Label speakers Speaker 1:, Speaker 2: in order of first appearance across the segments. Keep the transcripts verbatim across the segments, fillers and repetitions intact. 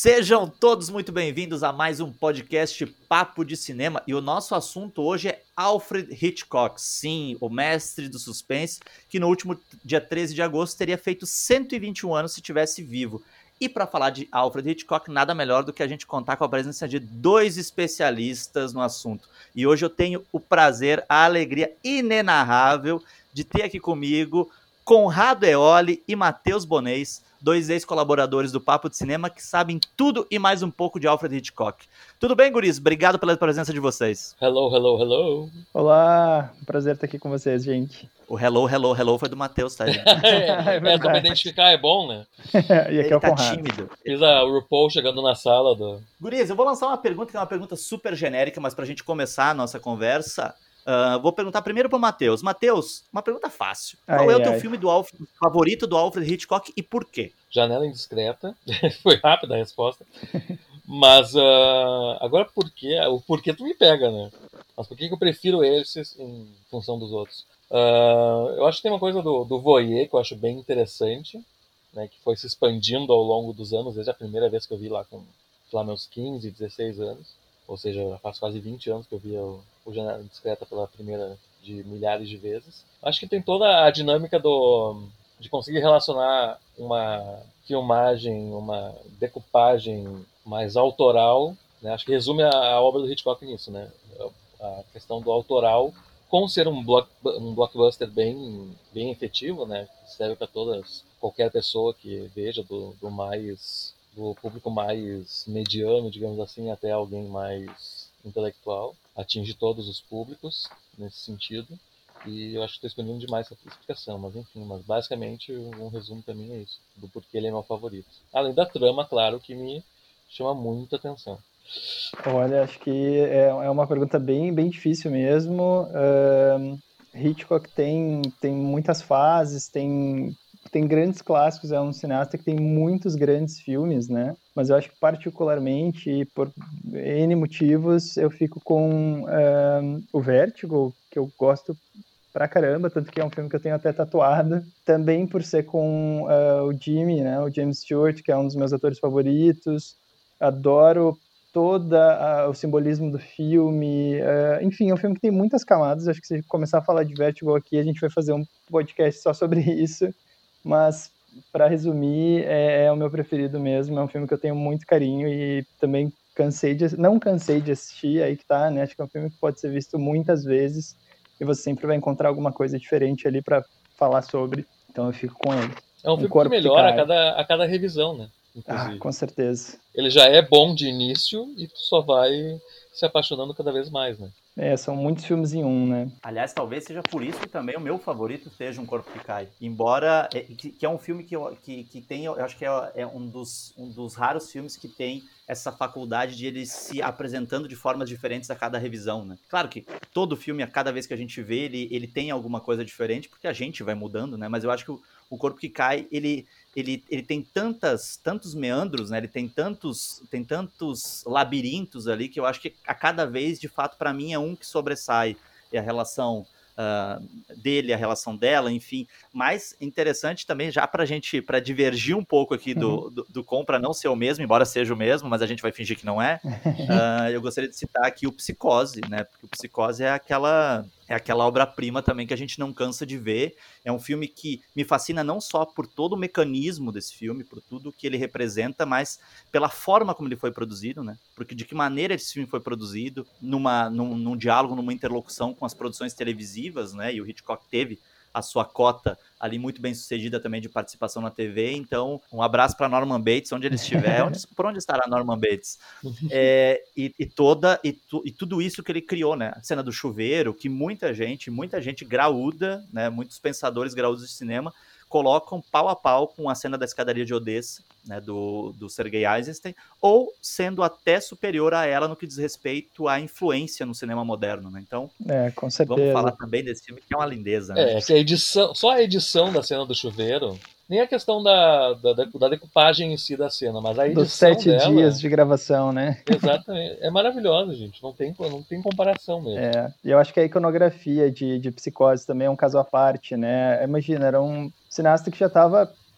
Speaker 1: Sejam todos muito bem-vindos a mais um podcast Papo de Cinema, e o nosso assunto hoje é Alfred Hitchcock, sim, o mestre do suspense, que no último dia treze de agosto teria feito cento e vinte e um anos se tivesse vivo. E para falar de Alfred Hitchcock, nada melhor do que a gente contar com a presença de dois especialistas no assunto. E hoje eu tenho o prazer, a alegria inenarrável de ter aqui comigo Conrado Eoli e Matheus Bonês, dois ex-colaboradores do Papo de Cinema que sabem tudo e mais um pouco de Alfred Hitchcock. Tudo bem, guris? Obrigado pela presença de vocês.
Speaker 2: Hello, hello, hello.
Speaker 3: Olá, prazer estar aqui com vocês, gente.
Speaker 1: O hello, hello, hello foi do Matheus, tá, gente?
Speaker 2: é, é, é pra me identificar, é bom, né?
Speaker 3: E aqui
Speaker 1: Ele
Speaker 3: é o
Speaker 1: tá
Speaker 3: Conrado.
Speaker 1: tímido.
Speaker 2: Fiz a RuPaul chegando na sala do...
Speaker 1: Guris, eu vou lançar uma pergunta que é uma pergunta super genérica, mas pra gente começar a nossa conversa... Uh, vou perguntar primeiro pro Matheus. Matheus, uma pergunta fácil. Qual
Speaker 3: ai,
Speaker 1: é o teu
Speaker 3: ai.
Speaker 1: filme do Alfred, favorito do Alfred Hitchcock e por quê?
Speaker 2: Janela Indiscreta. Foi rápida a resposta. Mas uh, agora por quê? O porquê tu me pega, né? Mas por que que eu prefiro esses em função dos outros? Uh, eu acho que tem uma coisa do, do voyeur que eu acho bem interessante, né, que foi se expandindo ao longo dos anos, desde a primeira vez que eu vi lá com lá meus quinze, dezesseis anos. Ou seja, já faz quase vinte anos que eu vi o, o Janela Indiscreta pela primeira de milhares de vezes. Acho que tem toda a dinâmica do, de conseguir relacionar uma filmagem, uma decupagem mais autoral, né? Acho que resume a, a obra do Hitchcock nisso, né? A questão do autoral com ser um, block, um blockbuster bem, bem efetivo, né? Que serve para todas, qualquer pessoa que veja, do, do mais... do público mais mediano, digamos assim, até alguém mais intelectual. Atinge todos os públicos nesse sentido. E eu acho que estou expandendo demais essa explicação, mas enfim, mas basicamente um resumo para mim é isso, do porquê ele é meu favorito. Além da trama, claro, que me chama muita atenção.
Speaker 3: Olha, acho que é, é uma pergunta bem, bem difícil mesmo. Uh, Hitchcock tem, tem muitas fases, tem... tem grandes clássicos, é um cineasta que tem muitos grandes filmes, né? Mas eu acho que particularmente, por N motivos, eu fico com uh, o Vértigo, que eu gosto pra caramba, tanto que é um filme que eu tenho até tatuado. Também por ser com uh, o Jimmy, né? O James Stewart, que é um dos meus atores favoritos. Adoro todo o simbolismo do filme. Uh, enfim, é um filme que tem muitas camadas. Acho que se começar a falar de Vértigo aqui, a gente vai fazer um podcast só sobre isso. Mas, para resumir, é, é o meu preferido mesmo. É um filme que eu tenho muito carinho e também cansei de, não cansei de assistir, aí que tá, né? Acho que é um filme que pode ser visto muitas vezes e você sempre vai encontrar alguma coisa diferente ali para falar sobre. Então eu fico com ele.
Speaker 2: É um, um filme que melhora a cada, a cada revisão, né?
Speaker 3: Inclusive. Ah, com certeza.
Speaker 2: Ele já é bom de início e tu só vai se apaixonando cada vez mais, né?
Speaker 3: É, são muitos filmes em um, né?
Speaker 1: Aliás, talvez seja por isso que também o meu favorito seja Um Corpo que Cai. Embora, é, que, que é um filme que, eu, que, que tem, eu acho que é, é um, dos, um dos raros filmes que tem essa faculdade de ele se apresentando de formas diferentes a cada revisão, né? Claro que todo filme, a cada vez que a gente vê, ele, ele tem alguma coisa diferente, porque a gente vai mudando, né? Mas eu acho que o, o Corpo que Cai, ele... Ele, ele tem tantas, tantos meandros, né? Ele tem tantos, tem tantos labirintos ali que eu acho que a cada vez, de fato, para mim é um que sobressai. É a relação uh, dele, a relação dela, enfim. Mas interessante também, já pra gente, para divergir um pouco aqui do, do, do Com, para não ser o mesmo, embora seja o mesmo, mas a gente vai fingir que não é, uh, eu gostaria de citar aqui o Psicose, né? Porque o Psicose é aquela... é aquela obra-prima também que a gente não cansa de ver. É um filme que me fascina não só por todo o mecanismo desse filme, por tudo que ele representa, mas pela forma como ele foi produzido, né? Porque de que maneira esse filme foi produzido, numa, num, num diálogo, numa interlocução com as produções televisivas, né? E o Hitchcock teve a sua cota ali muito bem sucedida também de participação na T V, então um abraço para Norman Bates, onde ele estiver. onde, por onde estará Norman Bates? É, e, e toda e, tu, e tudo isso que ele criou, né? A cena do chuveiro, que muita gente, muita gente graúda, né? Muitos pensadores graúdos de cinema colocam pau a pau com a cena da escadaria de Odessa, né, do, do Sergei Eisenstein, ou sendo até superior a ela no que diz respeito à influência no cinema moderno, né? Então,
Speaker 3: é, com certeza.
Speaker 1: Vamos falar também desse filme, que é uma lindeza, né?
Speaker 2: É, que a edição, só a edição da cena do chuveiro, nem a questão da, da, da decupagem em si da cena, mas a edição
Speaker 3: dos sete
Speaker 2: dela,
Speaker 3: dias de gravação, né?
Speaker 2: Exatamente. É maravilhosa, gente. Não tem, não tem comparação mesmo.
Speaker 3: É, e eu acho que a iconografia de, de Psicose também é um caso à parte, né? Imagina, era um cineasta que já estava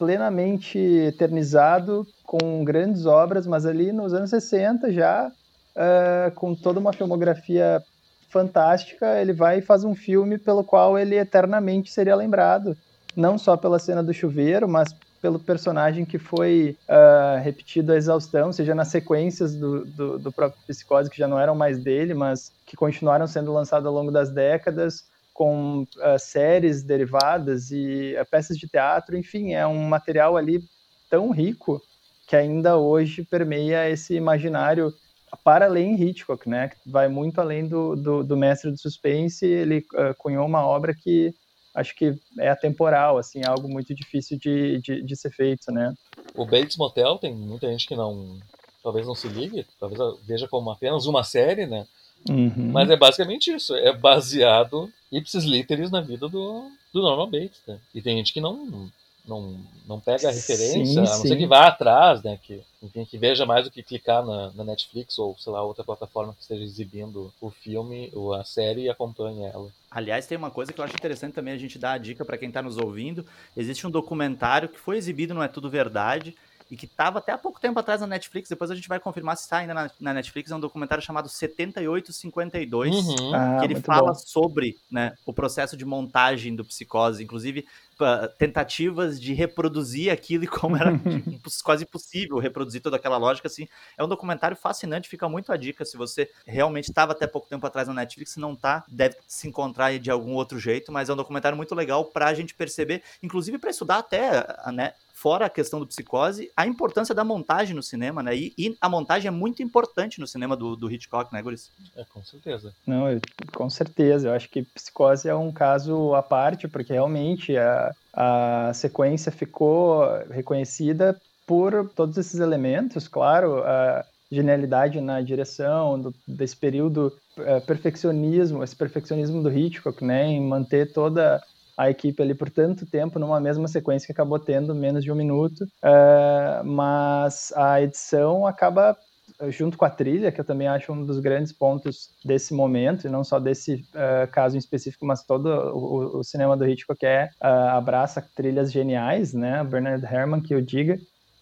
Speaker 3: plenamente eternizado, com grandes obras, mas ali nos anos sessenta já, uh, com toda uma filmografia fantástica, ele vai e faz um filme pelo qual ele eternamente seria lembrado, não só pela cena do chuveiro, mas pelo personagem que foi uh, repetido à exaustão, seja nas sequências do, do, do próprio Psicose, que já não eram mais dele, mas que continuaram sendo lançadas ao longo das décadas, com uh, séries derivadas e uh, peças de teatro, enfim, é um material ali tão rico que ainda hoje permeia esse imaginário para além Hitchcock, né, que vai muito além do, do, do Mestre do Suspense. Ele uh, cunhou uma obra que acho que é atemporal, assim, é algo muito difícil de, de, de ser feito, né.
Speaker 2: O Bates Motel tem muita gente que não, talvez não se ligue, talvez veja como apenas uma série, né, uhum. Mas é basicamente isso, é baseado ipsis literis na vida do, do Norman Bates, né? E tem gente que não, não, não pega a referência, sim, a não sim. ser que vá atrás, né? Que, enfim, que veja mais do que clicar na, na Netflix ou, sei lá, outra plataforma que esteja exibindo o filme ou a série e acompanhe ela.
Speaker 1: Aliás, tem uma coisa que eu acho interessante também a gente dar a dica para quem está nos ouvindo. Existe um documentário que foi exibido, não é tudo verdade, e que estava até há pouco tempo atrás na Netflix, depois a gente vai confirmar se está ainda na, na Netflix, é um documentário chamado setenta e oito cinquenta e dois, uhum. ah, que ele fala bom. sobre, né, o processo de montagem do Psicose, inclusive tentativas de reproduzir aquilo e como era quase impossível reproduzir toda aquela lógica, assim. É um documentário fascinante, fica muito a dica, se você realmente estava até pouco tempo atrás na Netflix, se não tá, deve se encontrar de algum outro jeito, mas é um documentário muito legal para a gente perceber, inclusive para estudar até, né, fora a questão do Psicose, a importância da montagem no cinema, né, e, e a montagem é muito importante no cinema do, do Hitchcock, né, Guris?
Speaker 2: É, com certeza.
Speaker 3: Não, eu, com certeza, eu acho que Psicose é um caso à parte, porque realmente a, a sequência ficou reconhecida por todos esses elementos, claro, a genialidade na direção, do, desse período, uh, perfeccionismo, esse perfeccionismo do Hitchcock, né, em manter toda a equipe ali por tanto tempo numa mesma sequência que acabou tendo menos de um minuto, uh, mas a edição acaba, junto com a trilha, que eu também acho um dos grandes pontos desse momento, e não só desse uh, caso em específico, mas todo o, o cinema do Hitchcock é, uh, abraça trilhas geniais, né, Bernard Herrmann, que eu diga,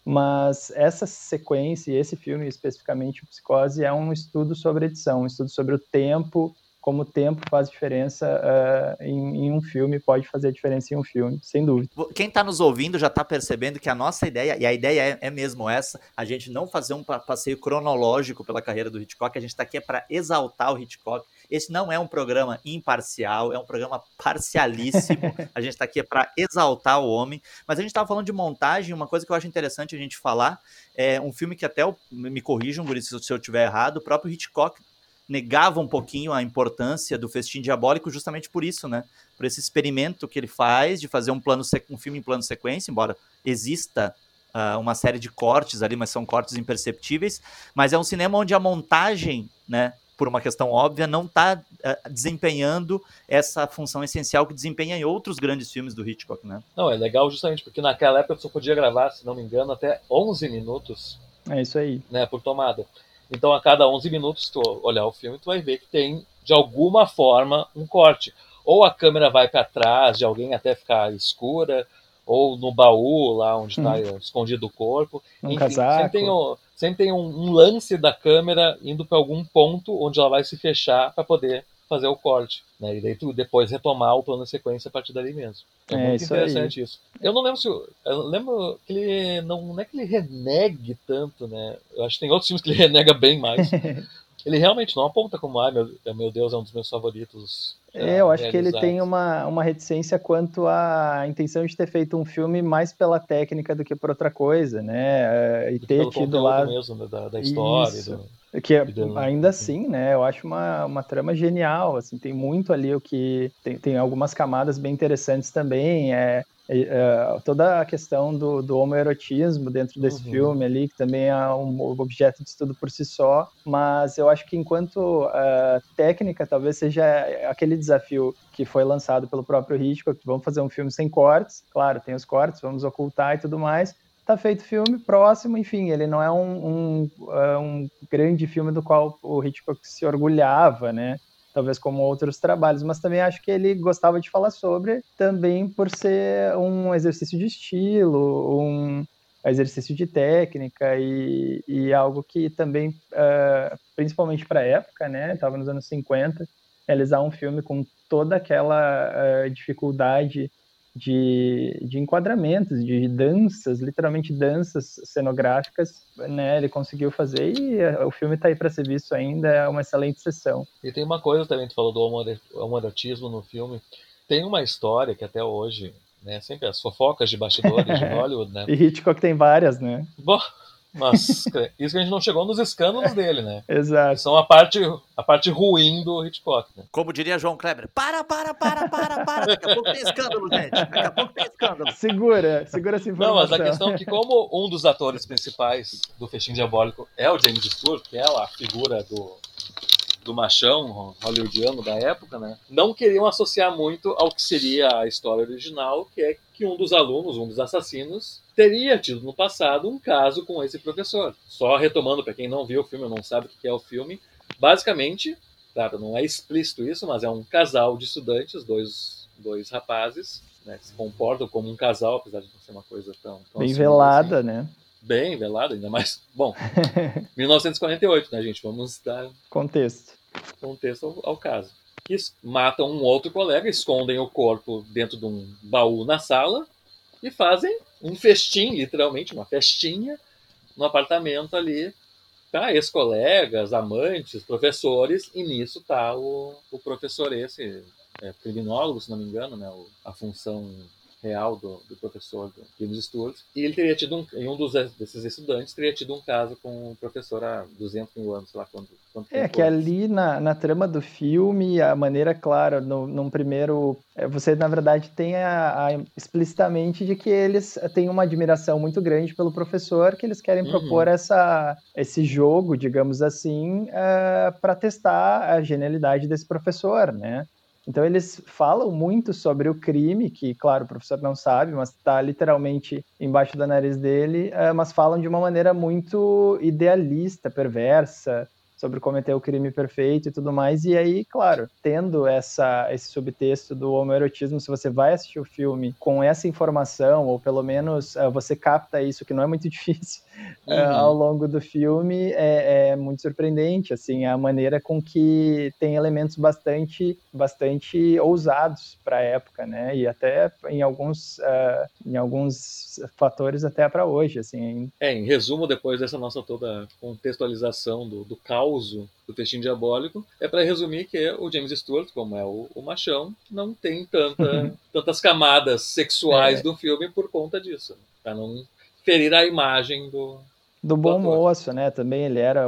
Speaker 3: mas essa sequência e esse filme, especificamente o Psicose, é um estudo sobre edição, um estudo sobre o tempo, como o tempo faz diferença uh, em, em um filme, pode fazer diferença em um filme, sem dúvida.
Speaker 1: Quem está nos ouvindo já está percebendo que a nossa ideia, e a ideia é, é mesmo essa, a gente não fazer um passeio cronológico pela carreira do Hitchcock, a gente está aqui é para exaltar o Hitchcock. Esse não é um programa imparcial, é um programa parcialíssimo, a gente está aqui é para exaltar o homem, mas a gente estava falando de montagem, uma coisa que eu acho interessante a gente falar, é um filme que até, eu, me corrijam, se eu estiver errado, o próprio Hitchcock negava um pouquinho a importância do Festim Diabólico justamente por isso, né? Por esse experimento que ele faz de fazer um, plano, um filme em plano sequência, embora exista uh, uma série de cortes ali, mas são cortes imperceptíveis, mas é um cinema onde a montagem, né, por uma questão óbvia, não está uh, desempenhando essa função essencial que desempenha em outros grandes filmes do Hitchcock, né?
Speaker 2: Não, é legal justamente porque naquela época você podia gravar, se não me engano, até onze minutos.
Speaker 3: É isso aí.
Speaker 2: Né, por tomada. Então, a cada onze minutos, se tu olhar o filme, tu vai ver que tem, de alguma forma, um corte. Ou a câmera vai para trás de alguém até ficar escura, ou no baú, lá onde está hum. escondido o corpo.
Speaker 3: Um
Speaker 2: Enfim,
Speaker 3: casaco.
Speaker 2: Sempre tem, um, sempre tem um, um lance da câmera indo para algum ponto onde ela vai se fechar para poder fazer o corte, né? E daí tu depois retomar o plano de sequência a partir dali mesmo. É, é muito isso interessante aí. Isso. Eu não lembro se... Eu, eu lembro que ele... Não, não é que ele renegue tanto, né? Eu acho que tem outros filmes que ele renega bem mais. Ele realmente não aponta como, ai, meu, meu Deus, é um dos meus favoritos.
Speaker 3: É, eu acho que ele tem uma, uma reticência quanto à intenção de ter feito um filme mais pela técnica do que por outra coisa, né? E
Speaker 2: do
Speaker 3: ter tido lá...
Speaker 2: mesmo, da, da história. Do...
Speaker 3: Que ainda assim, né, eu acho uma, uma trama genial, assim, tem muito ali o que... Tem, tem algumas camadas bem interessantes também, é, é, é toda a questão do, do homoerotismo dentro desse uhum. filme ali, que também é um objeto de estudo por si só, mas eu acho que enquanto uh, técnica, talvez seja aquele desafio que foi lançado pelo próprio Hitchcock, vamos fazer um filme sem cortes, claro, tem os cortes, vamos ocultar e tudo mais, tá feito o filme, próximo, enfim, ele não é um, um, um grande filme do qual o Hitchcock se orgulhava, né? talvez como outros trabalhos, mas também acho que ele gostava de falar sobre, também por ser um exercício de estilo, um exercício de técnica e, e algo que também, uh, principalmente para a época, né, estava nos anos cinquenta, realizar um filme com toda aquela uh, dificuldade de, de enquadramentos, de danças, literalmente danças cenográficas, né, ele conseguiu fazer e uh, o filme está aí para ser visto ainda, é uma excelente sessão.
Speaker 2: E tem uma coisa também, tu falou do homoerotismo no filme, tem uma história que até hoje, né, sempre as fofocas de bastidores de Hollywood, né?
Speaker 3: E Hitchcock tem várias, né?
Speaker 2: Bom, mas isso que a gente não chegou nos escândalos dele, né?
Speaker 3: Exato.
Speaker 2: Que são a parte, a parte ruim do Hitchcock, né?
Speaker 1: Como diria João Kleber, para, para, para, para, para, daqui a pouco tem escândalo, gente, daqui a pouco tem escândalo.
Speaker 3: Segura, segura essa informação.
Speaker 2: Não, mas a questão é que como um dos atores principais do Festim Diabólico é o James Stewart, que é a figura do, do machão hollywoodiano da época, né? Não queriam associar muito ao que seria a história original, que é que um dos alunos, um dos assassinos, teria tido no passado um caso com esse professor. Só retomando, para quem não viu o filme, não sabe o que é o filme, basicamente, claro, não é explícito isso, mas é um casal de estudantes, dois, dois rapazes, né, que se comportam como um casal, apesar de não ser uma coisa tão... tão
Speaker 3: bem velada, assim. Né?
Speaker 2: Bem velada, ainda mais... Bom, mil novecentos e quarenta e oito, né, gente? Vamos dar...
Speaker 3: Contexto.
Speaker 2: Contexto ao, ao caso. Que matam um outro colega, escondem o corpo dentro de um baú na sala e fazem um festim, literalmente, uma festinha no apartamento ali para ex-colegas, amantes, professores, e nisso tá o, o professor esse, é, criminólogo, se não me engano, né, o, a função real do, do professor do James Stewart, e ele teria tido um, e um dos, desses estudantes teria tido um caso com o professor há duzentos mil anos, sei lá quanto, quanto
Speaker 3: É,
Speaker 2: tempo
Speaker 3: que
Speaker 2: antes.
Speaker 3: Ali na, na trama do filme, a maneira, claro, no, num primeiro... Você, na verdade, tem a, a, explicitamente de que eles têm uma admiração muito grande pelo professor, que eles querem
Speaker 2: Uhum.
Speaker 3: propor essa, esse jogo, digamos assim, uh, para testar a genialidade desse professor, né? Então eles falam muito sobre o crime, que, claro, o professor não sabe, mas está literalmente embaixo do nariz dele, uh, mas falam de uma maneira muito idealista, perversa, sobre cometer o crime perfeito e tudo mais, e aí, claro, tendo essa, esse subtexto do homoerotismo, se você vai assistir o filme com essa informação, ou pelo menos uh, você capta isso, que não é muito difícil, uh,
Speaker 2: Uhum.
Speaker 3: ao longo do filme, é, é muito surpreendente, assim, a maneira com que tem elementos bastante, bastante ousados para a época, né, e até em alguns, uh, em alguns fatores até para hoje, assim.
Speaker 2: É, em resumo, depois dessa nossa toda contextualização do, do caos do Festim Diabólico, é para resumir que o James Stewart, como é o, o machão, não tem tanta, tantas camadas sexuais
Speaker 3: É.
Speaker 2: do filme por conta disso, para não ferir a imagem do
Speaker 3: do bom
Speaker 2: do
Speaker 3: moço, né? Também ele era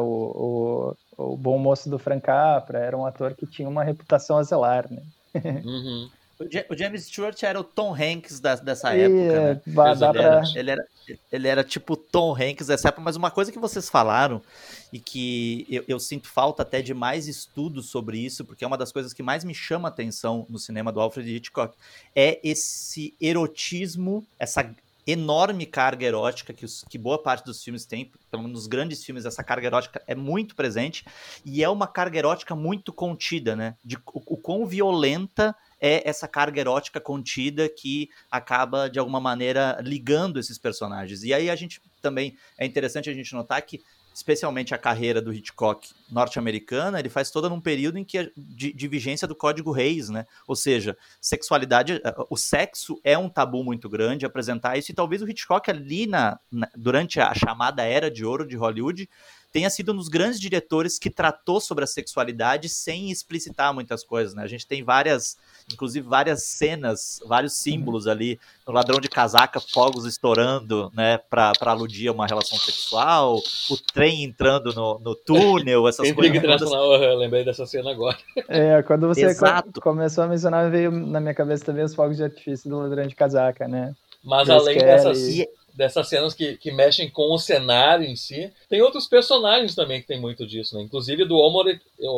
Speaker 3: o, o, o bom moço do Frank Capra, era um ator que tinha uma reputação a zelar, né?
Speaker 2: Uhum.
Speaker 1: O James Stewart era o Tom Hanks da, dessa
Speaker 3: E,
Speaker 1: época, né?
Speaker 3: Dá, dá
Speaker 1: Ele,
Speaker 3: pra...
Speaker 1: era, ele, era, ele era tipo Tom Hanks dessa época, mas uma coisa que vocês falaram e que eu, eu sinto falta até de mais estudos sobre isso, porque é uma das coisas que mais me chama a atenção no cinema do Alfred Hitchcock, é esse erotismo, essa enorme carga erótica que, os, que boa parte dos filmes tem, pelo menos nos grandes filmes essa carga erótica é muito presente, e é uma carga erótica muito contida, né? De o, o quão violenta é essa carga erótica contida que acaba, de alguma maneira, ligando esses personagens. E aí a gente também, é interessante a gente notar que, especialmente a carreira do Hitchcock norte-americana, ele faz toda num período em que de, de vigência do Código Reis, né? Ou seja, sexualidade, o sexo é um tabu muito grande, apresentar isso, e talvez o Hitchcock ali, na, na, durante a chamada Era de Ouro de Hollywood, tenha sido um dos grandes diretores que tratou sobre a sexualidade sem explicitar muitas coisas, né? A gente tem várias, inclusive várias cenas, vários símbolos ali, no Ladrão de Casaca, fogos estourando, né, pra, pra aludir a uma relação sexual, o trem entrando no, no túnel, essas coisas todas.
Speaker 2: Eu lembrei dessa cena agora.
Speaker 3: É, quando você
Speaker 1: Exato.
Speaker 3: começou a mencionar, veio na minha cabeça também os fogos de artifício do Ladrão de Casaca, né?
Speaker 2: Mas
Speaker 3: Grace
Speaker 2: além
Speaker 3: Kelly.
Speaker 2: dessas... dessas cenas que, que mexem com o cenário em si. Tem outros personagens também que tem muito disso, né? Inclusive do, homo,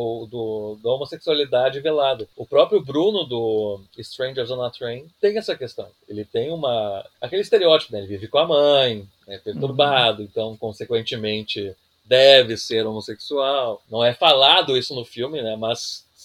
Speaker 2: do, da homossexualidade velada. O próprio Bruno do Strangers on a Train tem essa questão. Ele tem uma... aquele estereótipo, né? Ele vive com a mãe, é perturbado, uhum. Então, consequentemente, deve ser homossexual. Não é falado isso no filme, né? Mas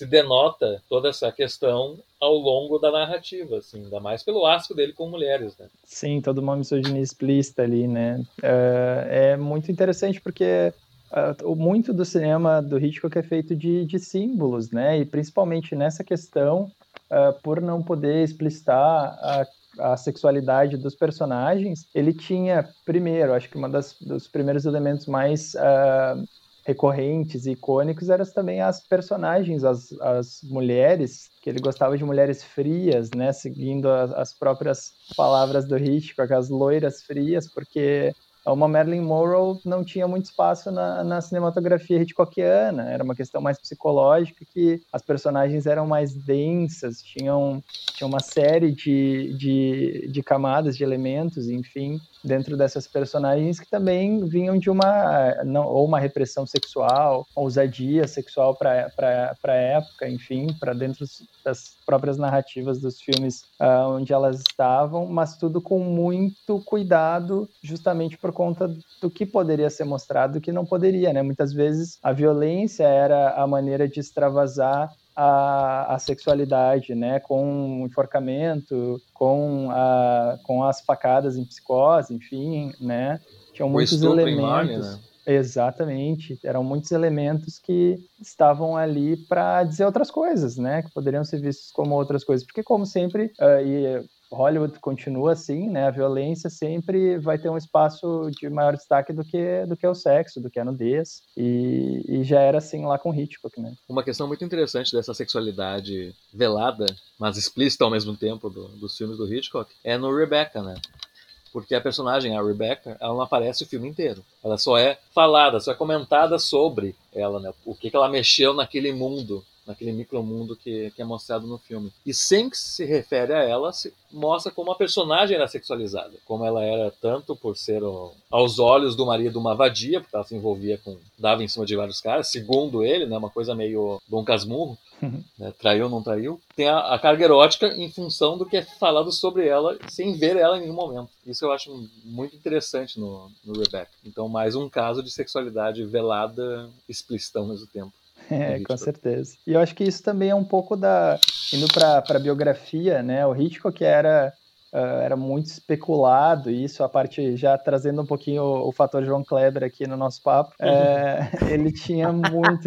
Speaker 2: se denota toda essa questão ao longo da narrativa, assim, ainda mais pelo asco dele com mulheres, né?
Speaker 3: Sim, toda uma misoginia explícita ali, né? É, é muito interessante porque uh, muito do cinema do Hitchcock é feito de, de símbolos, né? E principalmente nessa questão, uh, por não poder explicitar a a sexualidade dos personagens, ele tinha, primeiro, acho que uma das dos primeiros elementos mais uh, recorrentes e icônicos eram também as personagens, as, as mulheres, que ele gostava de mulheres frias, né, seguindo as, as próprias palavras do Hitchcock, as loiras frias, porque uma Marilyn Monroe não tinha muito espaço na, na cinematografia hitchcockiana, era uma questão mais psicológica, que as personagens eram mais densas, tinham, tinham uma série de, de, de camadas, de elementos, enfim, dentro dessas personagens que também vinham de uma, não, ou uma repressão sexual, ousadia sexual para a época, enfim, para dentro das próprias narrativas dos filmes uh, onde elas estavam, mas tudo com muito cuidado, justamente por conta do que poderia ser mostrado e do que não poderia, né? Muitas vezes a violência era a maneira de extravasar a, a sexualidade, né? Com enforcamento, com, a, com as facadas em Psicose, enfim, né? Tinham muitos elementos.
Speaker 2: Em Marley, né?
Speaker 3: Exatamente, eram muitos elementos que estavam ali para dizer outras coisas, né? Que poderiam ser vistos como outras coisas, porque como sempre, uh, e Hollywood continua assim, né? A violência sempre vai ter um espaço de maior destaque do que, do que o sexo, do que a nudez, e, e já era assim lá com Hitchcock, né?
Speaker 2: Uma questão muito interessante dessa sexualidade velada, mas explícita ao mesmo tempo do, dos filmes do Hitchcock, é no Rebecca, né? Porque a personagem, a Rebecca, ela não aparece o filme inteiro. Ela só é falada, só é comentada sobre ela, né? O que, que ela mexeu naquele mundo, naquele micromundo que, que é mostrado no filme. E sempre que se refere a ela, se mostra como a personagem era sexualizada. Como ela era tanto por ser, o, aos olhos do marido, uma vadia, porque ela se envolvia com... dava em cima de vários caras, segundo ele, né? Uma coisa meio Dom Casmurro. Né, traiu ou não traiu, tem a, a carga erótica em função do que é falado sobre ela, sem ver ela em nenhum momento. Isso eu acho muito interessante no, no Rebecca. Então, mais um caso de sexualidade velada, explícita ao mesmo tempo.
Speaker 3: É, com certeza. E eu acho que isso também é um pouco da... Indo para a biografia, né? O Hitchcock era, uh, era muito especulado, e isso, a parte já trazendo um pouquinho o, o fator João Kleber aqui no nosso papo, é, ele tinha muito...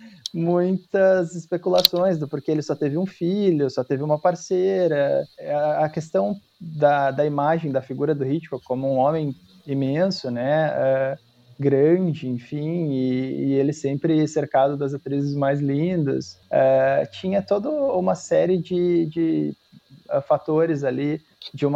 Speaker 3: muitas especulações do porquê ele só teve um filho, só teve uma parceira. A questão da, da imagem, da figura do Hitchcock como um homem imenso, né, uh, grande, enfim, e, e ele sempre cercado das atrizes mais lindas. Uh, tinha toda uma série de, de uh, fatores ali de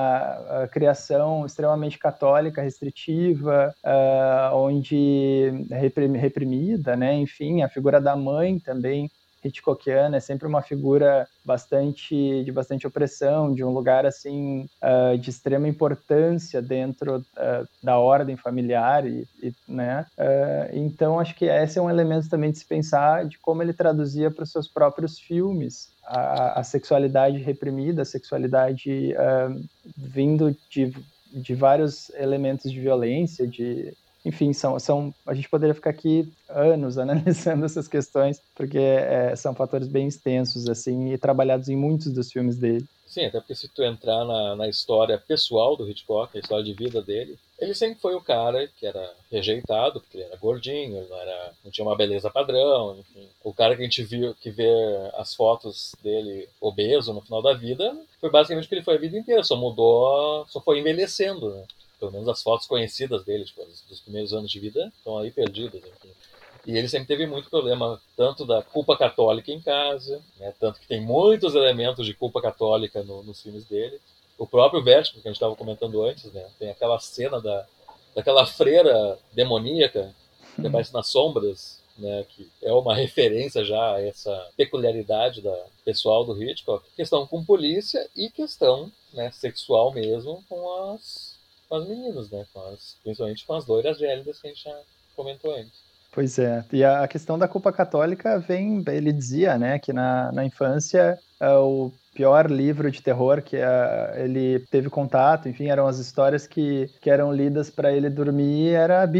Speaker 3: uma uh, criação extremamente católica, restritiva, uh, onde reprimida, né? Enfim, a figura da mãe também hitchcockiana é sempre uma figura bastante de bastante opressão, de um lugar assim uh, de extrema importância dentro uh, da ordem familiar e, e né? Uh, então acho que esse é um elemento também de se pensar de como ele traduzia para os seus próprios filmes a, a sexualidade reprimida, a sexualidade uh, vindo de, de vários elementos de violência, de enfim, são, são, a gente poderia ficar aqui anos analisando essas questões, porque é, são fatores bem extensos, assim, e trabalhados em muitos dos filmes dele.
Speaker 2: Sim, até porque se tu entrar na, na história pessoal do Hitchcock, a história de vida dele, ele sempre foi o cara que era rejeitado, porque ele era gordinho, ele não, era, não tinha uma beleza padrão, enfim. O cara que a gente viu, que vê as fotos dele obeso no final da vida, foi basicamente o que ele foi a vida inteira, só mudou, só foi envelhecendo, né? Pelo menos as fotos conhecidas dele, tipo, dos primeiros anos de vida, estão aí perdidas, enfim. E ele sempre teve muito problema, tanto da culpa católica em casa, né, tanto que tem muitos elementos de culpa católica no, nos filmes dele. O próprio Vértigo, que a gente estava comentando antes, né, tem aquela cena da, daquela freira demoníaca que aparece nas sombras, né, que é uma referência já a essa peculiaridade da pessoal do Hitchcock. Questão com polícia e questão, né, sexual mesmo com as, com as meninas, né, com as, principalmente com as loiras gélidas que a gente já comentou antes.
Speaker 3: Pois é, e a questão da culpa católica vem, ele dizia, né, que na, na infância uh, o pior livro de terror que uh, ele teve contato, enfim, eram as histórias que, que eram lidas para ele dormir, era a Bíblia.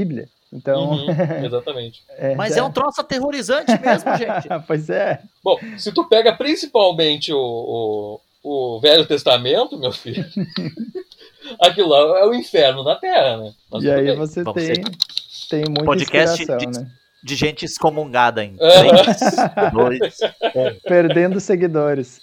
Speaker 3: Então,
Speaker 2: uhum, exatamente.
Speaker 3: é,
Speaker 1: Mas
Speaker 3: já...
Speaker 1: é um troço aterrorizante mesmo, gente.
Speaker 3: Pois é.
Speaker 2: Bom, se tu pega principalmente o, o, o Velho Testamento, meu filho, aquilo lá é o inferno na Terra, né? Mas
Speaker 3: E aí
Speaker 2: bem.
Speaker 3: você
Speaker 1: Vamos
Speaker 3: tem, tem muita
Speaker 1: Podcast
Speaker 3: inspiração,
Speaker 1: de,
Speaker 3: né?
Speaker 1: de gente excomungada em
Speaker 2: Uhum.
Speaker 1: três, dois, um.
Speaker 3: Perdendo seguidores.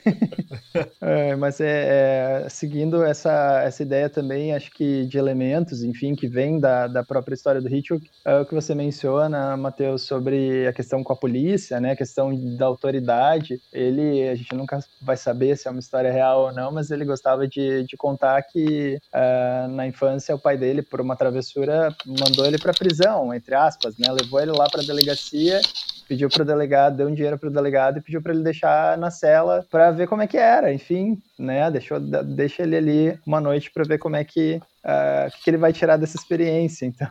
Speaker 3: É, mas é, é, seguindo essa, essa ideia também, acho que de elementos, enfim, que vem da, da própria história do Hitchcock, é o que você menciona, Matheus, sobre a questão com a polícia, né, a questão da autoridade. Ele, a gente nunca vai saber se é uma história real ou não, mas ele gostava de, de contar que uh, na infância o pai dele, por uma travessura, mandou ele para prisão, entre aspas, né, levou ele lá para a delegacia, pediu para o delegado, deu um dinheiro para o delegado e pediu para ele deixar na cela para ver como é que era, enfim, né, deixou, deixa ele ali uma noite para ver como é que, uh, que ele vai tirar dessa experiência. Então,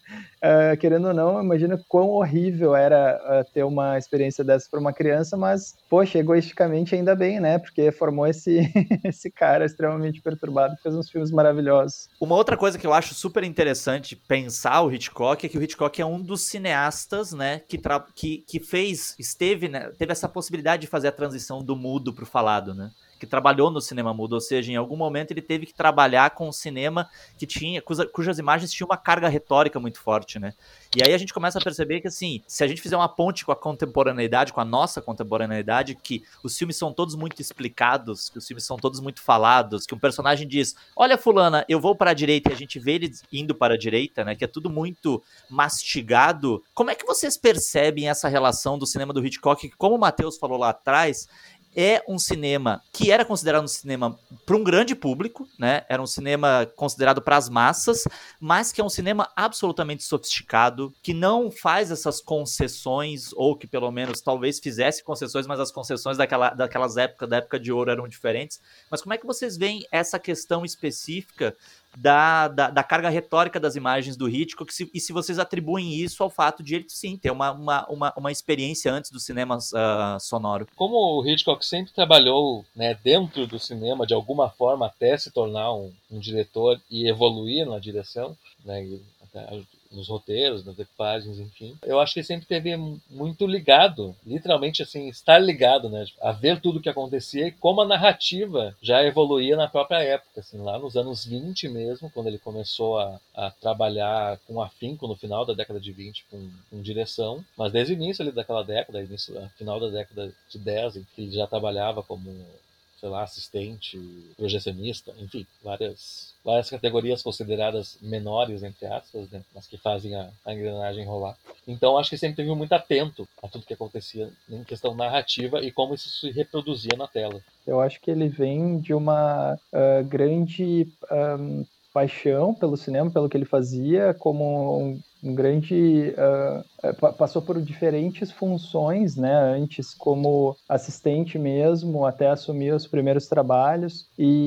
Speaker 3: uh, querendo ou não, imagina quão horrível era uh, ter uma experiência dessa para uma criança, mas, poxa, egoisticamente ainda bem, né, porque formou esse, esse cara extremamente perturbado que fez uns filmes maravilhosos.
Speaker 1: Uma outra coisa que eu acho super interessante pensar o Hitchcock é que o Hitchcock é um dos cineastas, né, que, tra- que, que fez, esteve, né, teve essa possibilidade de fazer a transição do mudo pro falado, né, que trabalhou no cinema mudo, ou seja, em algum momento ele teve que trabalhar com um cinema que tinha, cuja, cujas imagens tinham uma carga retórica muito forte, né, e aí a gente começa a perceber que, assim, se a gente fizer uma ponte com a contemporaneidade, com a nossa contemporaneidade, que os filmes são todos muito explicados, que os filmes são todos muito falados, que um personagem diz, olha fulana, eu vou para a direita, e a gente vê ele indo para a direita, né, que é tudo muito mastigado. Como é que vocês percebem essa relação do cinema do Hitchcock, que, como o Matheus falou lá atrás, é um cinema que era considerado um cinema para um grande público, né? Era um cinema considerado para as massas, mas que é um cinema absolutamente sofisticado, que não faz essas concessões, ou que pelo menos talvez fizesse concessões, mas as concessões daquela, daquelas épocas, da época de ouro, eram diferentes. Mas como é que vocês veem essa questão específica Da, da, da carga retórica das imagens do Hitchcock, se, e se vocês atribuem isso ao fato de ele, sim, ter uma, uma, uma, uma experiência antes do cinema uh, sonoro?
Speaker 2: Como o Hitchcock sempre trabalhou, né, dentro do cinema, de alguma forma, até se tornar um, um diretor e evoluir na direção, né, e até nos roteiros, nas equipagens, enfim. Eu acho que ele sempre esteve muito ligado, literalmente assim, estar ligado, né, a ver tudo o que acontecia e como a narrativa já evoluía na própria época, assim, lá nos anos vinte mesmo, quando ele começou a, a trabalhar com afinco no final da década de vinte com, com direção, mas desde o início ali daquela década, início, final da década de dez, em que ele já trabalhava como, sei lá, assistente, projecionista, enfim, várias, várias categorias consideradas menores, entre aspas, né, mas que fazem a, a engrenagem rolar. Então, acho que sempre esteve muito atento a tudo que acontecia em questão narrativa e como isso se reproduzia na tela.
Speaker 3: Eu acho que ele vem de uma uh, grande um, paixão pelo cinema, pelo que ele fazia, como um, um grande... Uh, passou por diferentes funções, né, antes como assistente mesmo, até assumir os primeiros trabalhos,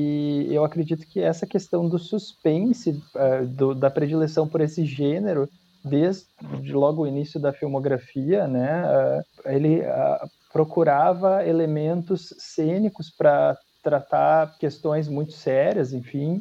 Speaker 3: e eu acredito que essa questão do suspense, uh, do, da predileção por esse gênero, desde logo o início da filmografia, né, uh, ele... Uh, procurava elementos cênicos para tratar questões muito sérias, enfim,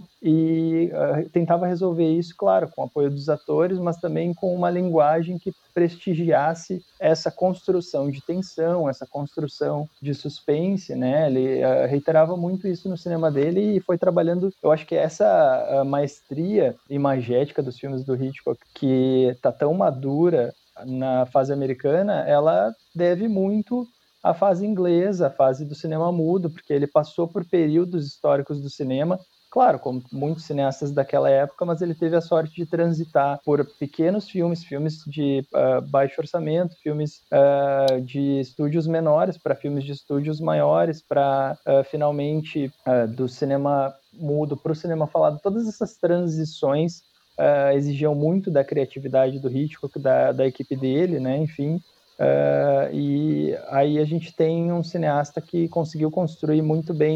Speaker 3: e uh, tentava resolver isso, claro, com o apoio dos atores, mas também com uma linguagem que prestigiasse essa construção de tensão, essa construção de suspense, né? Ele uh, reiterava muito isso no cinema dele e foi trabalhando, eu acho que essa uh, maestria imagética dos filmes do Hitchcock, que tá tão madura na fase americana, ela deve muito a fase inglesa, a fase do cinema mudo, porque ele passou por períodos históricos do cinema, claro, como muitos cineastas daquela época, mas ele teve a sorte de transitar por pequenos filmes, filmes de uh, baixo orçamento, filmes uh, de estúdios menores para filmes de estúdios maiores, para uh, finalmente uh, do cinema mudo para o cinema falado. Todas essas transições uh, exigiam muito da criatividade do Hitchcock, da, da equipe dele, né? Enfim. Uh, e aí a gente tem um cineasta que conseguiu construir muito bem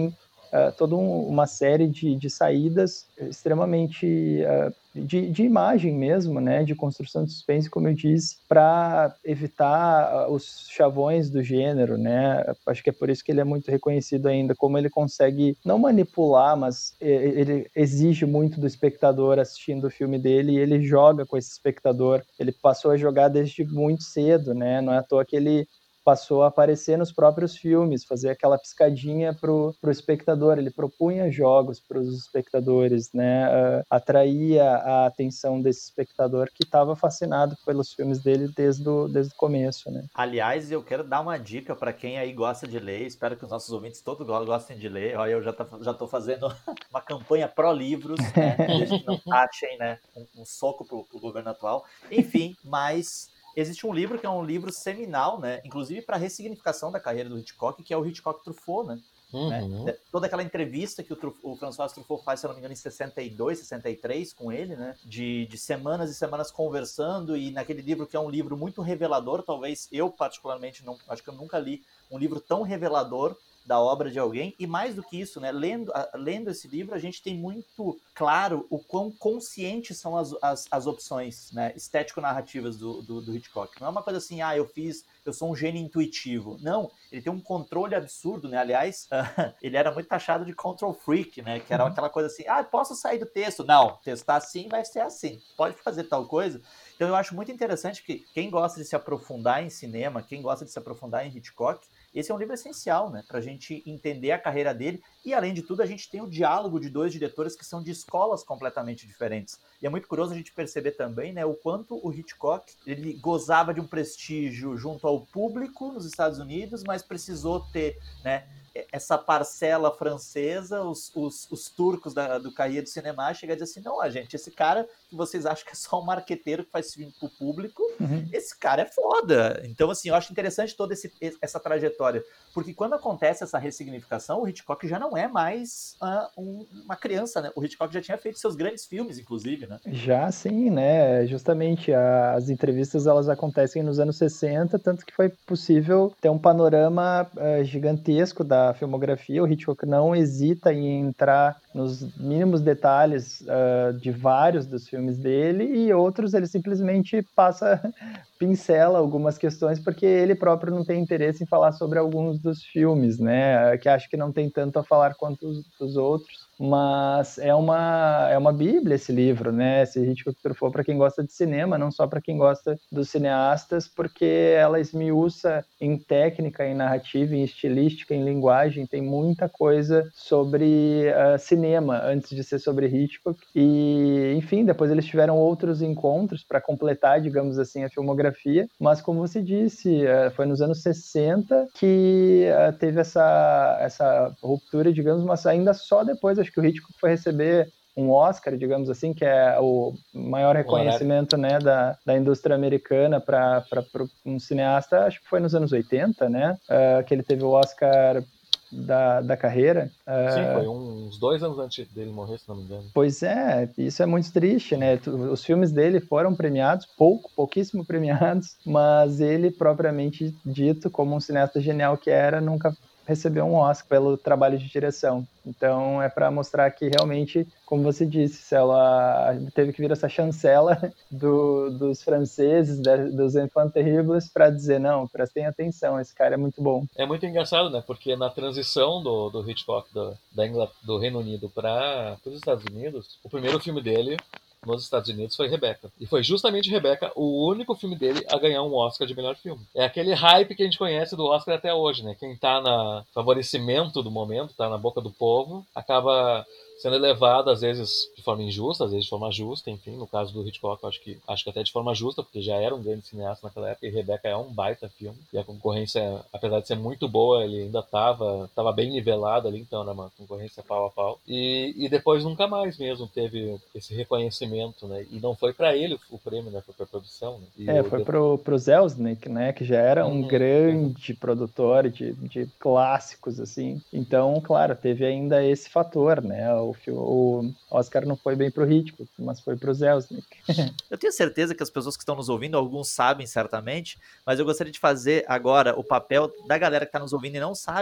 Speaker 3: uh, toda um, uma série de, de saídas extremamente uh, de, de imagem mesmo, né, de construção de suspense, como eu disse, para evitar uh, os chavões do gênero, né. Acho que é por isso que ele é muito reconhecido ainda, como ele consegue não manipular, mas ele exige muito do espectador assistindo o filme dele, e ele joga com esse espectador. Ele passou a jogar desde muito cedo, né, não é à toa que ele passou a aparecer nos próprios filmes, fazer aquela piscadinha pro, pro espectador. Ele propunha jogos para os espectadores, né? Uh, atraía a atenção desse espectador que estava fascinado pelos filmes dele desde o, desde o começo, né?
Speaker 1: Aliás, eu quero dar uma dica para quem aí gosta de ler. Espero que os nossos ouvintes todos gostem de ler. Olha, eu já, tá, já tô fazendo uma campanha pró-livros, né? Desde que não achem, né, um, um soco pro, pro governo atual. Enfim, mas... existe um livro que é um livro seminal, né? Inclusive para a ressignificação da carreira do Hitchcock, que é o Hitchcock Truffaut, né? Uhum. né? Toda aquela entrevista que o, Truf, o François Truffaut faz, se eu não me engano, em sessenta e dois, sessenta e três com ele, né? De, de semanas e semanas conversando, e naquele livro que é um livro muito revelador, talvez eu particularmente, não, acho que eu nunca li um livro tão revelador da obra de alguém, e mais do que isso, né, lendo, a, lendo esse livro, a gente tem muito claro o quão conscientes são as, as, as opções, né, estético-narrativas do, do, do Hitchcock. Não é uma coisa assim, ah, eu fiz, eu sou um gênio intuitivo. Não, ele tem um controle absurdo, né, aliás, uh, ele era muito taxado de control freak, né, que era aquela coisa assim, ah, posso sair do texto? Não, o texto tá assim, vai ser assim, pode fazer tal coisa. Então eu acho muito interessante que quem gosta de se aprofundar em cinema, quem gosta de se aprofundar em Hitchcock, esse é um livro essencial, né, para a gente entender a carreira dele, e além de tudo a gente tem o diálogo de dois diretores que são de escolas completamente diferentes. E é muito curioso a gente perceber também, né, o quanto o Hitchcock ele gozava de um prestígio junto ao público nos Estados Unidos, mas precisou ter, né, essa parcela francesa, os, os, os turcos da, do Cahiers du Cinéma, chega a dizer assim, não, gente, esse cara que vocês acham que é só um marqueteiro que faz filme pro público, uhum. esse cara é foda. Então, assim, eu acho interessante toda esse, essa trajetória, porque quando acontece essa ressignificação, o Hitchcock já não é mais uh, um, uma criança, né? O Hitchcock já tinha feito seus grandes filmes, inclusive, né?
Speaker 3: Já, sim, né? Justamente, as entrevistas, elas acontecem nos anos sessenta, tanto que foi possível ter um panorama uh, gigantesco da filmografia. O Hitchcock não hesita em entrar nos mínimos detalhes uh, de vários dos filmes dele, e outros ele simplesmente passa, pincela algumas questões, porque ele próprio não tem interesse em falar sobre alguns dos filmes, né? Que acho que não tem tanto a falar quanto os, os outros. Mas é uma, é uma bíblia esse livro, né? Esse Hitchcock Truffaut, para quem gosta de cinema, não só para quem gosta dos cineastas, porque ela esmiuça em técnica, em narrativa, em estilística, em linguagem, tem muita coisa sobre uh, cinema antes de ser sobre Hitchcock. E, enfim, depois eles tiveram outros encontros para completar, digamos assim, a filmografia, mas como você disse, uh, foi nos anos sessenta que uh, teve essa, essa ruptura, digamos, mas ainda só depois, acho que o Hitchcock foi receber um Oscar, digamos assim, que é o maior reconhecimento, né, da, da indústria americana para um cineasta, acho que foi nos anos oitenta, né, uh, que ele teve o Oscar da, da carreira. Uh,
Speaker 2: Sim, foi uns dois anos antes dele morrer, se não me engano.
Speaker 3: Pois é, isso é muito triste, né, os filmes dele foram premiados, pouco, pouquíssimo premiados, mas ele, propriamente dito, como um cineasta genial que era, nunca recebeu um Oscar pelo trabalho de direção. Então é para mostrar que realmente, como você disse, ela teve que vir essa chancela do, dos franceses, da, dos Enfants Terribles, para dizer, não, prestem atenção, esse cara é muito bom.
Speaker 2: É muito engraçado, né? Porque na transição do, do Hitchcock do, da Ingl... do Reino Unido para os Estados Unidos, o primeiro filme dele nos Estados Unidos foi Rebecca. E foi justamente Rebecca o único filme dele a ganhar um Oscar de melhor filme. É aquele hype que a gente conhece do Oscar até hoje, né? Quem tá no favorecimento do momento, tá na boca do povo, acaba sendo elevado, às vezes de forma injusta, às vezes de forma justa, enfim, no caso do Hitchcock, acho que, acho que até de forma justa, porque já era um grande cineasta naquela época, e Rebecca é um baita filme, e a concorrência, apesar de ser muito boa, ele ainda estava tava bem nivelado ali, então era uma concorrência pau a pau, e, e depois nunca mais mesmo teve esse reconhecimento, né, e não foi para ele o prêmio, né, foi para a produção, né. E
Speaker 3: é, foi pro, pro Selznick, né, que já era um uhum, grande uhum. produtor de, de clássicos, assim, então, claro, teve ainda esse fator, né, o, o Oscar não foi bem pro Hitchcock, mas foi pro Selznick.
Speaker 1: Eu tenho certeza que as pessoas que estão nos ouvindo, alguns sabem certamente, mas eu gostaria de fazer agora o papel da galera que está nos ouvindo e não sabe. O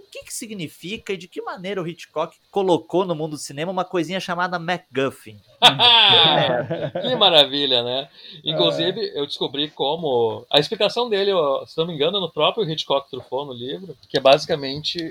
Speaker 1: que que significa e de que maneira o Hitchcock colocou no mundo do cinema uma coisinha chamada MacGuffin?
Speaker 2: Que maravilha, né? Inclusive, eu descobri como... A explicação dele, se não me engano, é no próprio Hitchcock Truffaut, no livro, que é basicamente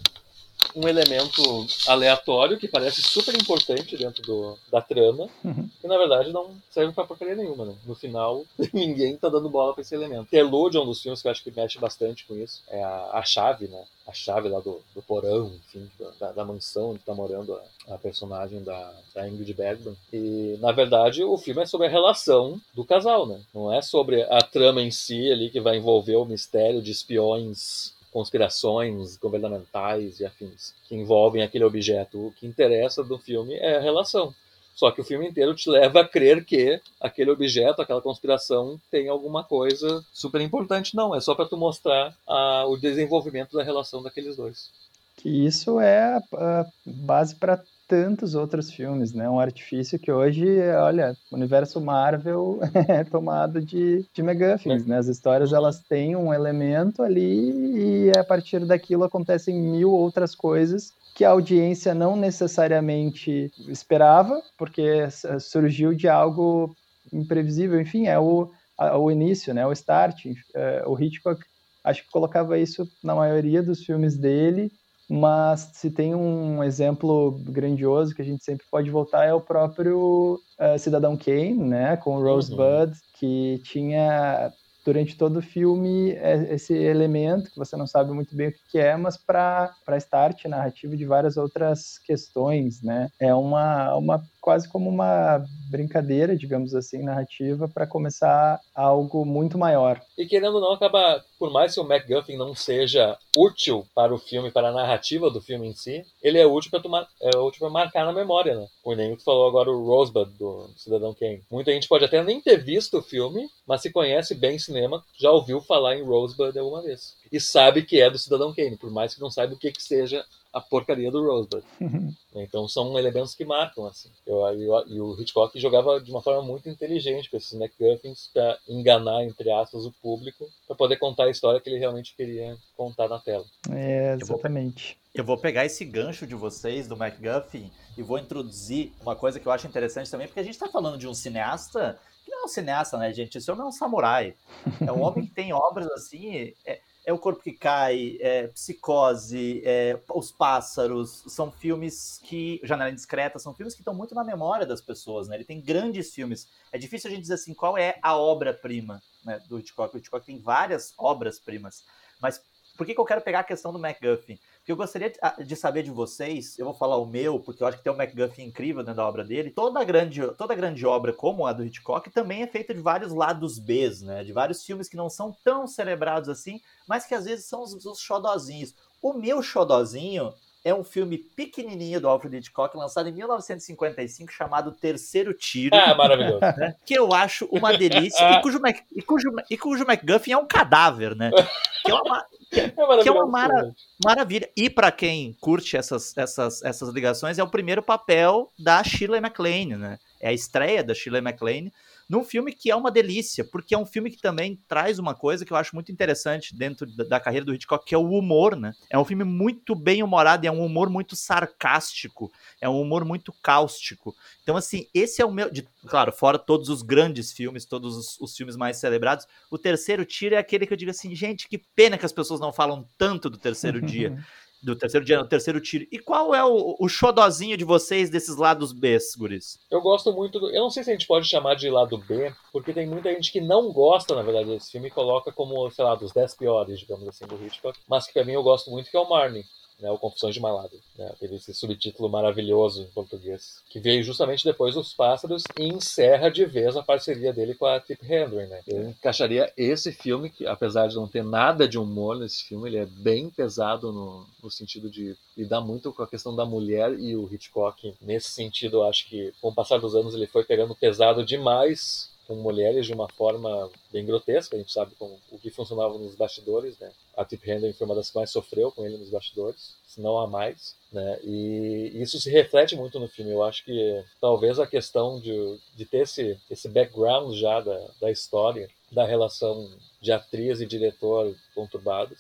Speaker 2: um elemento aleatório que parece super importante dentro do, da trama,
Speaker 3: Uhum.
Speaker 2: que na verdade não serve pra porcaria nenhuma, né? No final, ninguém tá dando bola pra esse elemento. Interlude é um dos filmes que eu acho que mexe bastante com isso. É a, a chave, né? A chave lá do, do porão, enfim, da, da mansão onde tá morando a, a personagem da, da Ingrid Bergman. E, na verdade, o filme é sobre a relação do casal, né? Não é sobre a trama em si ali que vai envolver o mistério de espiões, conspirações governamentais e afins que envolvem aquele objeto. O que interessa do filme é a relação. Só que o filme inteiro te leva a crer que aquele objeto, aquela conspiração, tem alguma coisa super importante. Não, é só para tu mostrar ah, o desenvolvimento da relação daqueles dois.
Speaker 3: Que isso é a base para tantos outros filmes, né? Um artifício que hoje, olha, o universo Marvel é tomado de, de MacGuffins, né? As histórias, elas têm um elemento ali e a partir daquilo acontecem mil outras coisas que a audiência não necessariamente esperava, porque surgiu de algo imprevisível. Enfim, é o, a, o início, né? O start. É, o Hitchcock, acho que colocava isso na maioria dos filmes dele, mas se tem um exemplo grandioso que a gente sempre pode voltar é o próprio uh, Cidadão Kane, né, com o Rosebud, uhum. que tinha durante todo o filme esse elemento que você não sabe muito bem o que é, mas para para start narrativo de várias outras questões, né? É uma uma quase como uma brincadeira, digamos assim, narrativa para começar algo muito maior.
Speaker 2: E querendo ou não, acaba, por mais que o MacGuffin não seja útil para o filme, para a narrativa do filme em si, ele é útil para é útil para marcar na memória, né? O nem tu falou agora o Rosebud do Cidadão Kane. Muita gente pode até nem ter visto o filme, mas se conhece bem cinema, já ouviu falar em Rosebud alguma vez. E sabe que é do Cidadão Kane, por mais que não saiba o que, que seja a porcaria do Rosebud. Então são elementos que marcam, assim. Eu, eu, e o Hitchcock jogava de uma forma muito inteligente com esses MacGuffins para enganar, entre aspas, o público, para poder contar a história que ele realmente queria contar na tela.
Speaker 3: É, exatamente.
Speaker 1: Eu vou, eu vou pegar esse gancho de vocês do MacGuffin e vou introduzir uma coisa que eu acho interessante também, porque a gente está falando de um cineasta que não é um cineasta, né, gente? Esse homem é um samurai. É um homem que tem obras assim... É, É O Corpo que Cai, é Psicose, é Os Pássaros, são filmes que... Janela Indiscreta, são filmes que estão muito na memória das pessoas, né? Ele tem grandes filmes. É difícil a gente dizer assim, qual é a obra-prima, né, do Hitchcock. O Hitchcock tem várias obras-primas. Mas por que, que eu quero pegar a questão do MacGuffin? Porque eu gostaria de saber de vocês, eu vou falar o meu, porque eu acho que tem um MacGuffin incrível dentro da obra dele. Toda grande, toda grande obra, como a do Hitchcock, também é feita de vários lados Bs, né? De vários filmes que não são tão celebrados assim, mas que às vezes são os, os xodozinhos. O meu xodozinho é um filme pequenininho do Alfred Hitchcock, lançado em mil novecentos e cinquenta e cinco, chamado Terceiro Tiro.
Speaker 2: Ah, maravilhoso.
Speaker 1: Né? Que eu acho uma delícia, e cujo, Mac, e, cujo, e cujo MacGuffin é um cadáver, né? Que é uma, que, é que é uma mara, maravilha. E para quem curte essas, essas, essas ligações, é o primeiro papel da Shirley MacLaine, né? É a estreia da Shirley MacLaine num filme que é uma delícia, porque é um filme que também traz uma coisa que eu acho muito interessante dentro da, da carreira do Hitchcock, que é o humor, né? É um filme muito bem humorado, é um humor muito sarcástico, é um humor muito cáustico. Então, assim, esse é o meu... De, claro, fora todos os grandes filmes, todos os, os filmes mais celebrados, o Terceiro Tiro é aquele que eu digo assim, gente, que pena que as pessoas não falam tanto do Terceiro Dia. Do terceiro dia, no terceiro tiro. E qual é o, o xodozinho de vocês desses lados B, guris?
Speaker 2: Eu gosto muito do... Eu não sei se a gente pode chamar de lado B, porque tem muita gente que não gosta, na verdade, desse filme e coloca como, sei lá, dos dez piores, digamos assim, do Hitchcock. Mas que pra mim eu gosto muito, que é o Marnie, né, o Confissões de Maladra. Né, teve esse subtítulo maravilhoso em português, que veio justamente depois dos Pássaros e encerra de vez a parceria dele com a Tippi Hedren. Né. Eu encaixaria esse filme, que apesar de não ter nada de humor nesse filme, ele é bem pesado no, no sentido de lidar muito com a questão da mulher, e o Hitchcock, nesse sentido, eu acho que com o passar dos anos ele foi pegando pesado demais com mulheres de uma forma bem grotesca. A gente sabe como, o que funcionava nos bastidores, né? A Tippi Hedren foi uma das que mais sofreu com ele nos bastidores, se não a mais, né? E isso se reflete muito no filme. Eu acho que talvez a questão de, de ter esse, esse background já da, da história, da relação de atriz e diretor conturbados,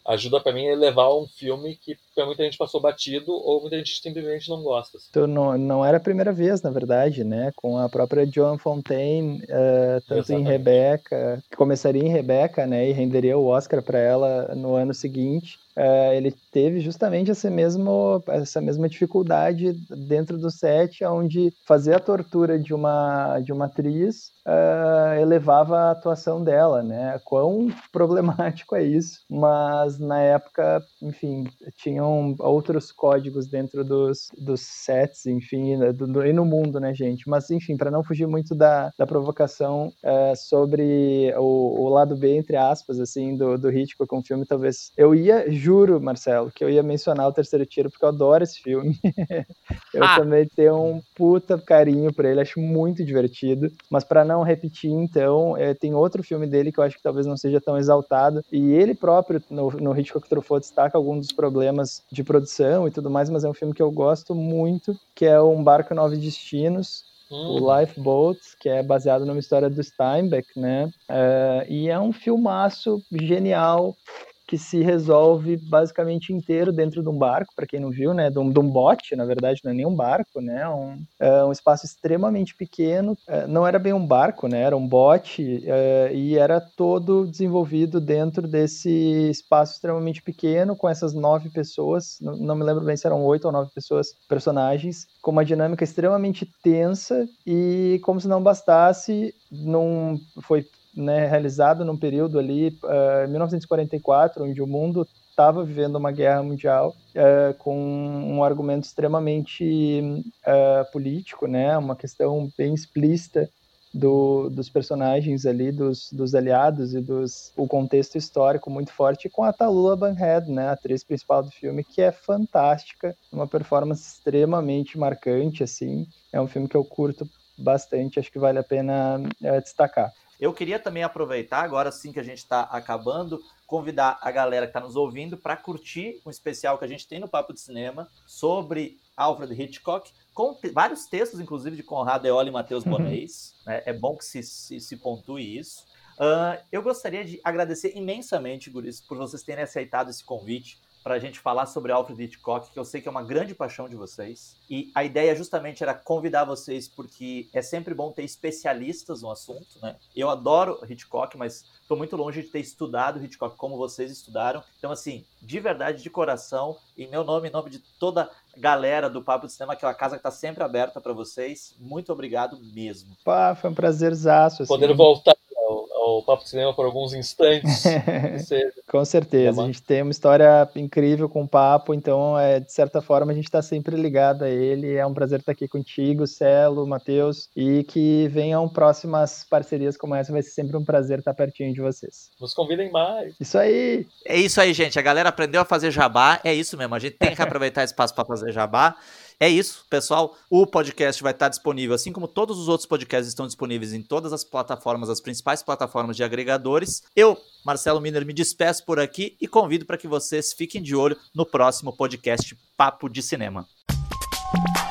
Speaker 2: ajuda para mim a elevar um filme que pra muita gente passou batido ou muita gente simplesmente não gosta. Assim.
Speaker 3: Então, não, não era a primeira vez, na verdade, né? Com a própria Joan Fontaine, uh, tanto Exatamente. Em Rebecca, que começaria em Rebecca, né? E renderia o Oscar para ela no ano seguinte. Uh, ele teve justamente essa, mesmo, essa mesma dificuldade dentro do set, onde fazer a tortura de uma, de uma atriz uh, elevava a atuação dela, né? Quão problemático é isso, mas na época, enfim, tinham outros códigos dentro dos, dos sets, enfim, do, do, e no mundo, né, gente? Mas, enfim, para não fugir muito da, da provocação uh, sobre o, o lado B, entre aspas, assim, do, do Hitchcock, um filme, talvez eu ia... Juro, Marcelo, que eu ia mencionar O Terceiro Tiro, porque eu adoro esse filme. eu ah. também tenho um puta carinho por ele, acho muito divertido. Mas para não repetir, então, é, tem outro filme dele que eu acho que talvez não seja tão exaltado. E ele próprio, no, no Hitchcock Truffaut, destaca alguns dos problemas de produção e tudo mais, mas é um filme que eu gosto muito, que é Um Barco Nove Destinos, o Lifeboat, que é baseado numa história do Steinbeck, né? Uh, e é um filmaço genial, que se resolve basicamente inteiro dentro de um barco, para quem não viu, né, de um, de um bote, na verdade, não é nem um barco, né, um, é um espaço extremamente pequeno, é, não era bem um barco, né, era um bote, é, e era todo desenvolvido dentro desse espaço extremamente pequeno, com essas nove pessoas, não, não me lembro bem se eram oito ou nove pessoas, personagens, com uma dinâmica extremamente tensa, e como se não bastasse, não foi... Né, realizado num período ali, uh, mil novecentos e quarenta e quatro, onde o mundo estava vivendo uma guerra mundial uh, com um argumento extremamente uh, político, né, uma questão bem explícita do, dos personagens ali, dos, dos aliados e dos, o contexto histórico muito forte, com a Tallulah Bankhead, né, a atriz principal do filme, que é fantástica, uma performance extremamente marcante, assim, é um filme que eu curto bastante, acho que vale a pena uh, destacar.
Speaker 1: Eu queria também aproveitar, agora sim que a gente está acabando, convidar a galera que está nos ouvindo para curtir um especial que a gente tem no Papo de Cinema sobre Alfred Hitchcock, com te- vários textos, inclusive, de Conrado Eoli e Matheus Bonês. Uhum. Né? É bom que se, se, se pontue isso. Uh, eu gostaria de agradecer imensamente, guris, por vocês terem aceitado esse convite para a gente falar sobre Alfred Hitchcock, que eu sei que é uma grande paixão de vocês. E a ideia justamente era convidar vocês, porque é sempre bom ter especialistas no assunto, né? Eu adoro Hitchcock, mas estou muito longe de ter estudado Hitchcock como vocês estudaram. Então, assim, de verdade, de coração, em meu nome, em nome de toda a galera do Papo de Cinema, que é uma casa que está sempre aberta para vocês, muito obrigado mesmo.
Speaker 3: Pá, foi um prazerzaço. Assim.
Speaker 2: Poder voltar ao Papo de Cinema por alguns instantes.
Speaker 3: Com certeza, a gente tem uma história incrível com o Papo, então, é, de certa forma, a gente está sempre ligado a ele. É um prazer estar aqui contigo, Celo, Matheus, e que venham próximas parcerias como essa, vai ser sempre um prazer estar pertinho de vocês.
Speaker 2: Nos convidem mais.
Speaker 3: Isso aí!
Speaker 1: É isso aí, gente. A galera aprendeu a fazer jabá, é isso mesmo. A gente tem que aproveitar esse espaço para fazer jabá. É isso, pessoal. O podcast vai estar disponível, assim como todos os outros podcasts estão disponíveis em todas as plataformas, as principais plataformas de agregadores. Eu, Marcelo Miner, me despeço por aqui e convido para que vocês fiquem de olho no próximo podcast Papo de Cinema.